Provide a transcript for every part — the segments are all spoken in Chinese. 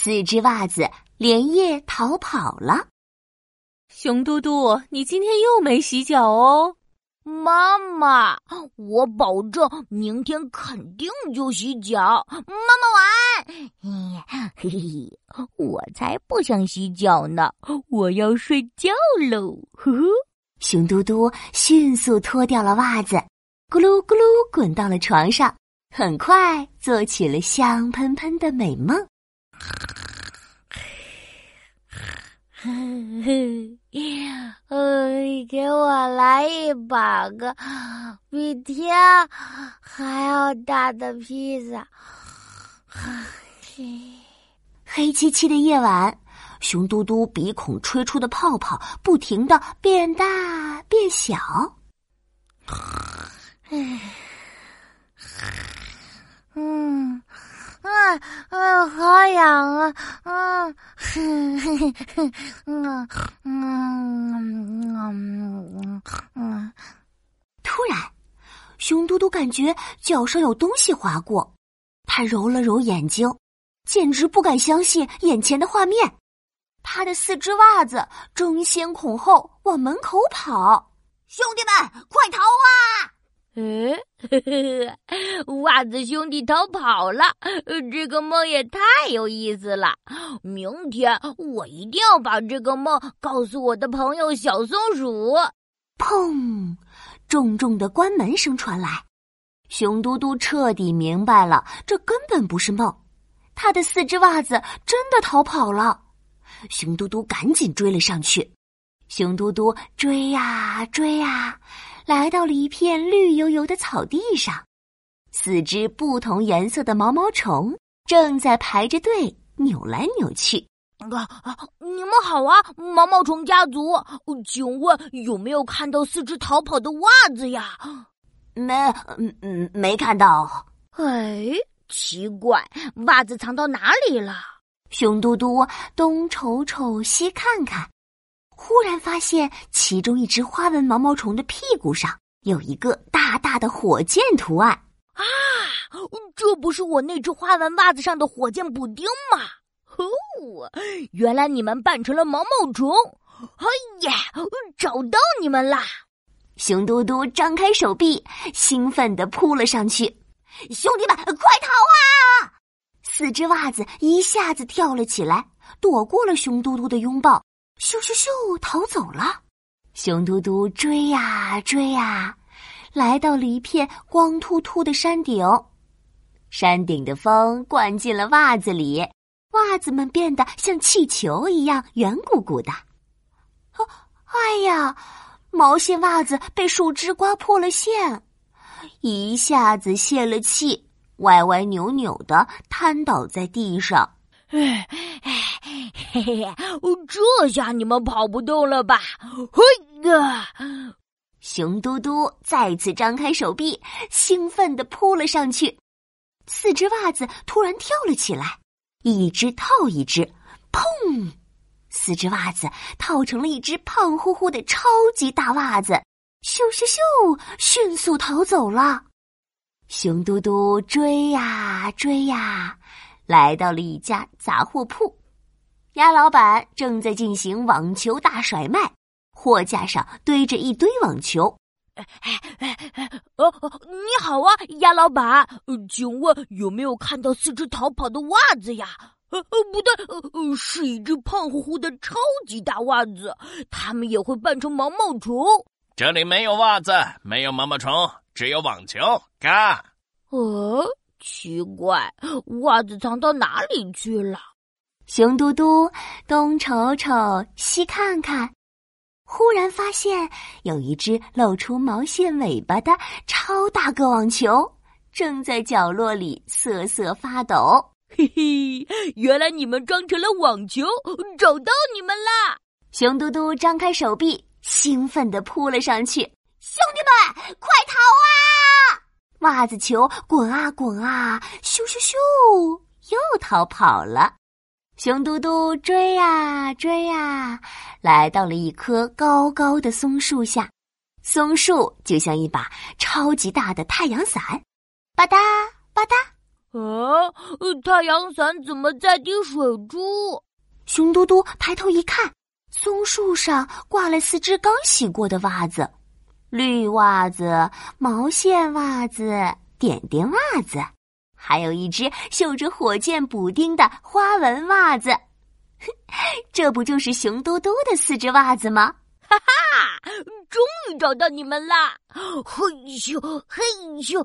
4只袜子连夜逃跑了。 熊嘟嘟，你今天又没洗脚哦。 妈妈，我保证明天肯定就洗脚。妈妈晚。嘿嘿，我才不想洗脚呢，我要睡觉喽。呵呵。 熊嘟嘟迅速脱掉了袜子，咕噜咕噜滚到了床上，很快做起了香喷喷的美梦。 给我来一把个比天还要大的披萨。 黑漆漆的夜晚，熊嘟嘟鼻孔吹出的泡泡不停地变大变小。 好痒啊！ 突然，熊嘟嘟感觉脚上有东西划过，他揉了揉眼睛，简直不敢相信眼前的画面。他的4只袜子争先恐后往门口跑。 兄弟们，快逃啊！袜子兄弟逃跑了，这个梦也太有意思了。明天我一定要把这个梦告诉我的朋友小松鼠。 砰！重重的关门声传来，熊嘟嘟彻底明白了，这根本不是梦，他的4只袜子真的逃跑了。熊嘟嘟赶紧追了上去。熊嘟嘟追呀追呀，来到了一片绿油油的草地上，4只不同颜色的毛毛虫正在排着队扭来扭去。 你们好啊，毛毛虫家族，请问有没有看到4只逃跑的袜子呀？ 没看到。 奇怪，袜子藏到哪里了？ 熊嘟嘟东瞅瞅西看看，忽然发现其中一只花纹毛毛虫的屁股上有一个大大的火箭图案。 啊，这不是我那只花纹袜子上的火箭补丁吗？原来你们扮成了毛毛虫。哎呀，找到你们啦！ 熊嘟嘟张开手臂，兴奋地扑了上去。兄弟们，快逃啊！4只袜子一下子跳了起来，躲过了熊嘟嘟的拥抱，咻咻咻逃走了。熊嘟嘟追呀追呀，来到了一片光秃秃的山顶。山顶的风灌进了袜子里，袜子们变得像气球一样圆鼓鼓的。哎呀，毛线袜子被树枝刮破了线，一下子泄了气，歪歪扭扭的瘫倒在地上。 这下你们跑不动了吧？ 熊嘟嘟再次张开手臂，兴奋地扑了上去。4只袜子突然跳了起来，一只套一只，砰！4只袜子套成了一只胖乎乎的超级大袜子，咻咻咻，迅速逃走了。熊嘟嘟追呀追呀，来到了一家杂货铺。鸭老板正在进行网球大甩卖，货架上堆着一堆网球。 你好啊，鸭老板，请问有没有看到4只逃跑的袜子呀？不对，是一只胖乎乎的超级大袜子，它们也会扮成毛毛虫。 这里没有袜子，没有毛毛虫，只有网球。嘎！ 奇怪，袜子藏到哪里去了？ 熊嘟嘟东瞅瞅西看看，忽然发现有一只露出毛线尾巴的超大个网球，正在角落里瑟瑟发抖。 嘿嘿，原来你们装成了网球，找到你们啦！ 熊嘟嘟张开手臂，兴奋地扑了上去。 兄弟们，快逃啊！ 袜子球滚啊滚啊，咻咻咻，又逃跑了。熊嘟嘟追呀追呀，来到了一棵高高的松树下。松树就像一把超级大的太阳伞，吧嗒吧嗒。 太阳伞怎么在滴水珠？ 熊嘟嘟抬头一看，松树上挂了4只刚洗过的袜子，绿袜子、毛线袜子、点点袜子，还有一只绣着火箭补丁的花纹袜子。这不就是熊嘟嘟的4只袜子吗？ 哈哈，终于找到你们啦！嘿咻嘿咻，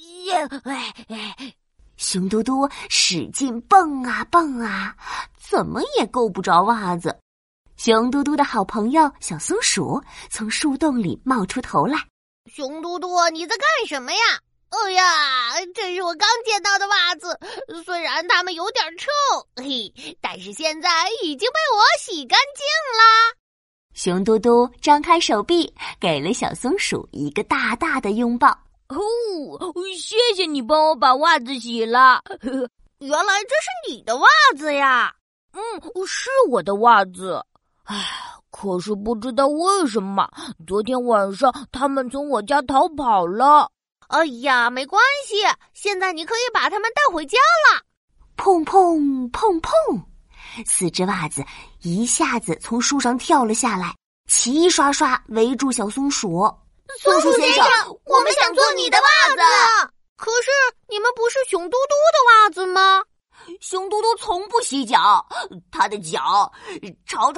熊嘟嘟使劲蹦啊蹦啊，怎么也够不着袜子。熊嘟嘟的好朋友小松鼠从树洞里冒出头来。 熊嘟嘟，你在干什么呀？哎呀，这是我刚捡到的袜子，虽然它们有点臭，但是现在已经被我洗干净啦。 熊嘟嘟张开手臂，给了小松鼠一个大大的拥抱。 谢谢你帮我把袜子洗了。 原来这是你的袜子呀？ 是我的袜子。可是不知道为什么，昨天晚上他们从我家逃跑了。 哎呀，没关系，现在你可以把它们带回家了。 砰砰砰砰，4只袜子一下子从树上跳了下来，齐刷刷围住小松鼠。 松鼠先生，我们想做你的袜子。可是你们不是熊嘟嘟的袜子吗？ 熊嘟嘟从不洗脚，他的脚超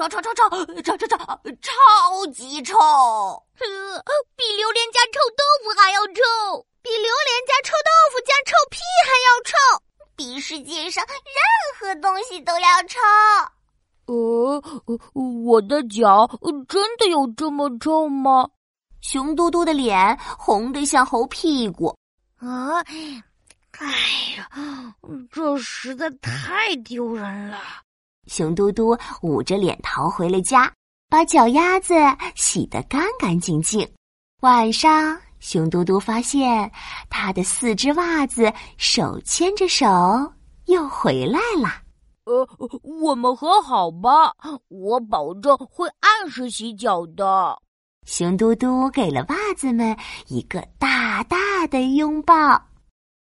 级臭， 比榴莲加臭豆腐还要臭， 比榴莲加臭豆腐加臭屁还要臭， 比世界上任何东西都要臭。 我的脚真的有这么臭吗？ 熊嘟嘟的脸红得像猴屁股。 哎呀，这实在太丢人了。 熊嘟嘟捂着脸逃回了家，把脚丫子洗得干干净净。晚上，熊嘟嘟发现他的4只袜子手牵着手又回来了。 我们和好吧，我保证会按时洗脚的。 熊嘟嘟给了袜子们一个大大的拥抱。